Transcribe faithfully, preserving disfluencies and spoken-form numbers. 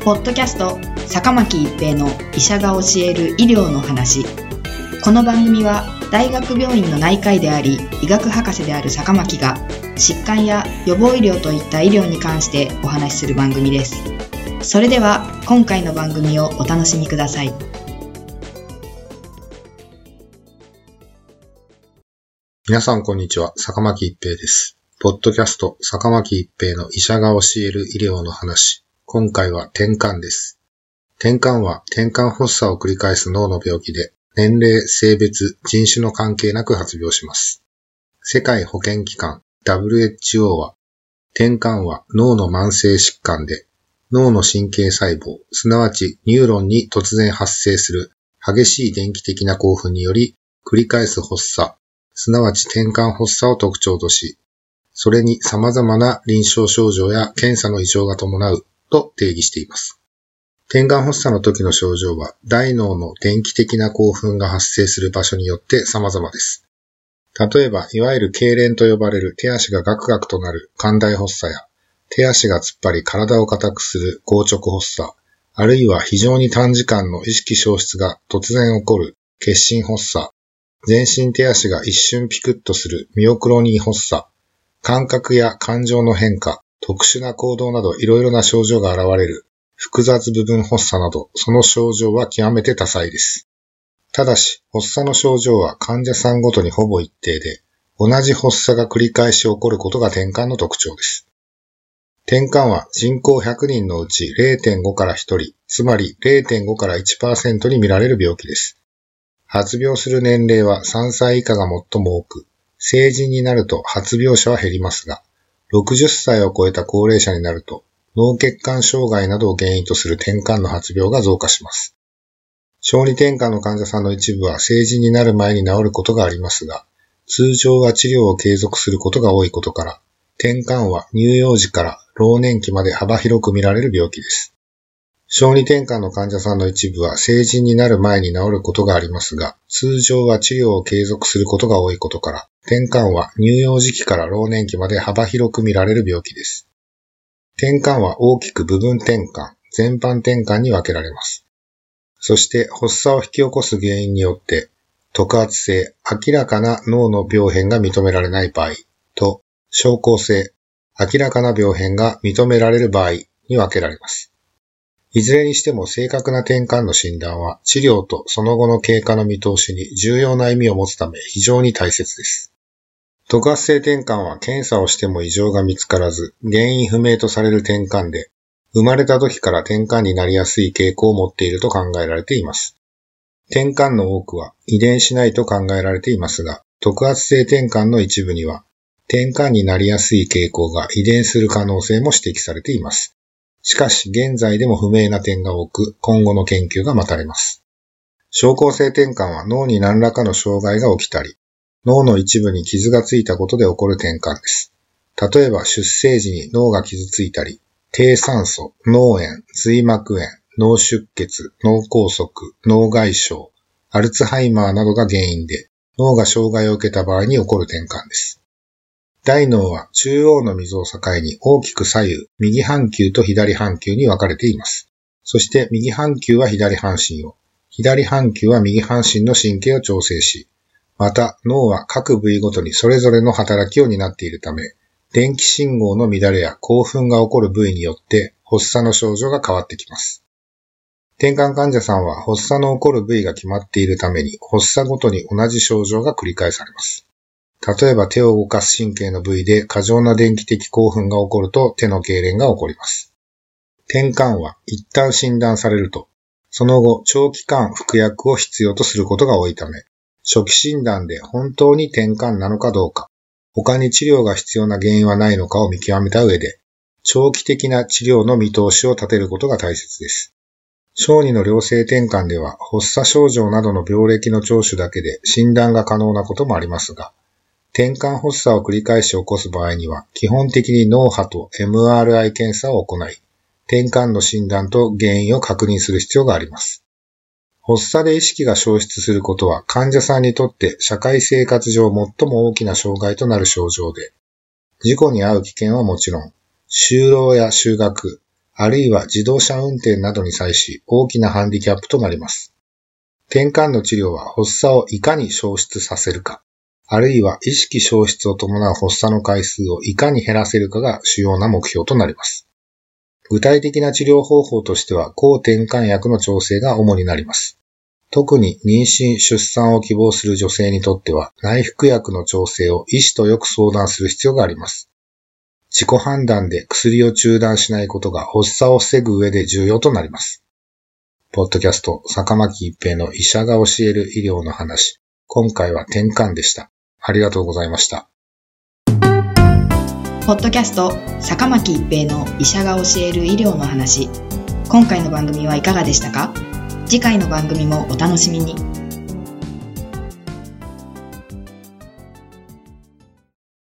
ポッドキャスト坂巻一平の医者が教える医療の話。この番組は大学病院の内科医であり医学博士である坂巻が疾患や予防医療といった医療に関してお話しする番組です。それでは今回の番組をお楽しみください。 皆さんこんにちは、坂巻一平です。ポッドキャスト坂巻一平の医者が教える医療の話。今回は転換です。転換は転換発作を繰り返す脳の病気で、年齢、性別、人種の関係なく発病します。世界保健機関 ダブリューエイチオー は、転換は脳の慢性疾患で、脳の神経細胞、すなわちニューロンに突然発生する激しい電気的な興奮により繰り返す発作、すなわち転換発作を特徴とし、それに様々な臨床症状や検査の異常が伴うと定義しています。転換発作の時の症状は大脳の電気的な興奮が発生する場所によって様々です。例えば、いわゆる痙攣と呼ばれる手足がガクガクとなる寛大発作や、手足が突っ張り体を硬くする硬直発作、あるいは非常に短時間の意識消失が突然起こる決心発作、全身手足が一瞬ピクッとするミオクロニー発作、感覚や感情の変化、特殊な行動などいろいろな症状が現れる複雑部分発作など、その症状は極めて多彩です。ただし、発作の症状は患者さんごとにほぼ一定で、同じ発作が繰り返し起こることが転換の特徴です。転換は人口ひゃくにんのうち ゼロてんご からひとり、つまり ゼロてんご から いちパーセント に見られる病気です。発病する年齢はさんさい以下が最も多く、成人になると発病者は減りますが、ろくじゅっさいを超えた高齢者になると、脳血管障害などを原因とする転換の発病が増加します。小児転換の患者さんの一部は成人になる前に治ることがありますが、通常は治療を継続することが多いことから、転換は乳幼児から老年期まで幅広く見られる病気です。小児転換の患者さんの一部は成人になる前に治ることがありますが、通常は治療を継続することが多いことから、転換は乳幼児期から老年期まで幅広く見られる病気です。転換は大きく部分転換、全般転換に分けられます。そして発作を引き起こす原因によって、特発性、明らかな脳の病変が認められない場合と、症候性、明らかな病変が認められる場合に分けられます。いずれにしても正確な転換の診断は治療とその後の経過の見通しに重要な意味を持つため非常に大切です。特発性転換は検査をしても異常が見つからず原因不明とされる転換で、生まれた時から転換になりやすい傾向を持っていると考えられています。転換の多くは遺伝しないと考えられていますが、特発性転換の一部には転換になりやすい傾向が遺伝する可能性も指摘されています。しかし現在でも不明な点が多く、今後の研究が待たれます。症候性転換は脳に何らかの障害が起きたり、脳の一部に傷がついたことで起こる転換です。例えば出生時に脳が傷ついたり、低酸素、脳炎、髄膜炎、脳出血、脳梗塞、脳外傷、アルツハイマーなどが原因で脳が障害を受けた場合に起こる転換です。大脳は中央の溝を境に大きく左右、右半球と左半球に分かれています。そして右半球は左半身を、左半球は右半身の神経を調整し、また脳は各部位ごとにそれぞれの働きを担っているため、電気信号の乱れや興奮が起こる部位によって発作の症状が変わってきます。転換患者さんは発作の起こる部位が決まっているために発作ごとに同じ症状が繰り返されます。例えば手を動かす神経の部位で過剰な電気的興奮が起こると手の痙攣が起こります。転換は一旦診断されると、その後長期間服薬を必要とすることが多いため、初期診断で本当に転換なのかどうか、他に治療が必要な原因はないのかを見極めた上で、長期的な治療の見通しを立てることが大切です。小児の良性転換では発作症状などの病歴の聴取だけで診断が可能なこともありますが、転換発作を繰り返し起こす場合には、基本的に脳波と エムアールアイ 検査を行い、転換の診断と原因を確認する必要があります。発作で意識が消失することは患者さんにとって社会生活上最も大きな障害となる症状で、事故に遭う危険はもちろん、就労や就学、 あるいは自動車運転などに際し大きなハンディキャップとなります。転換の治療は発作をいかに消失させるか、あるいは意識消失を伴う発作の回数をいかに減らせるかが主要な目標となります。具体的な治療方法としては抗転換薬の調整が主になります。特に妊娠・出産を希望する女性にとっては内服薬の調整を医師とよく相談する必要があります。自己判断で薬を中断しないことが発作を防ぐ上で重要となります。ポッドキャスト、坂巻一平の医者が教える医療の話。今回は転換でした。ありがとうございました。 ポッドキャスト、坂巻一平の医者が教える医療の話。今回の番組はいかがでしたか？次回の番組もお楽しみに。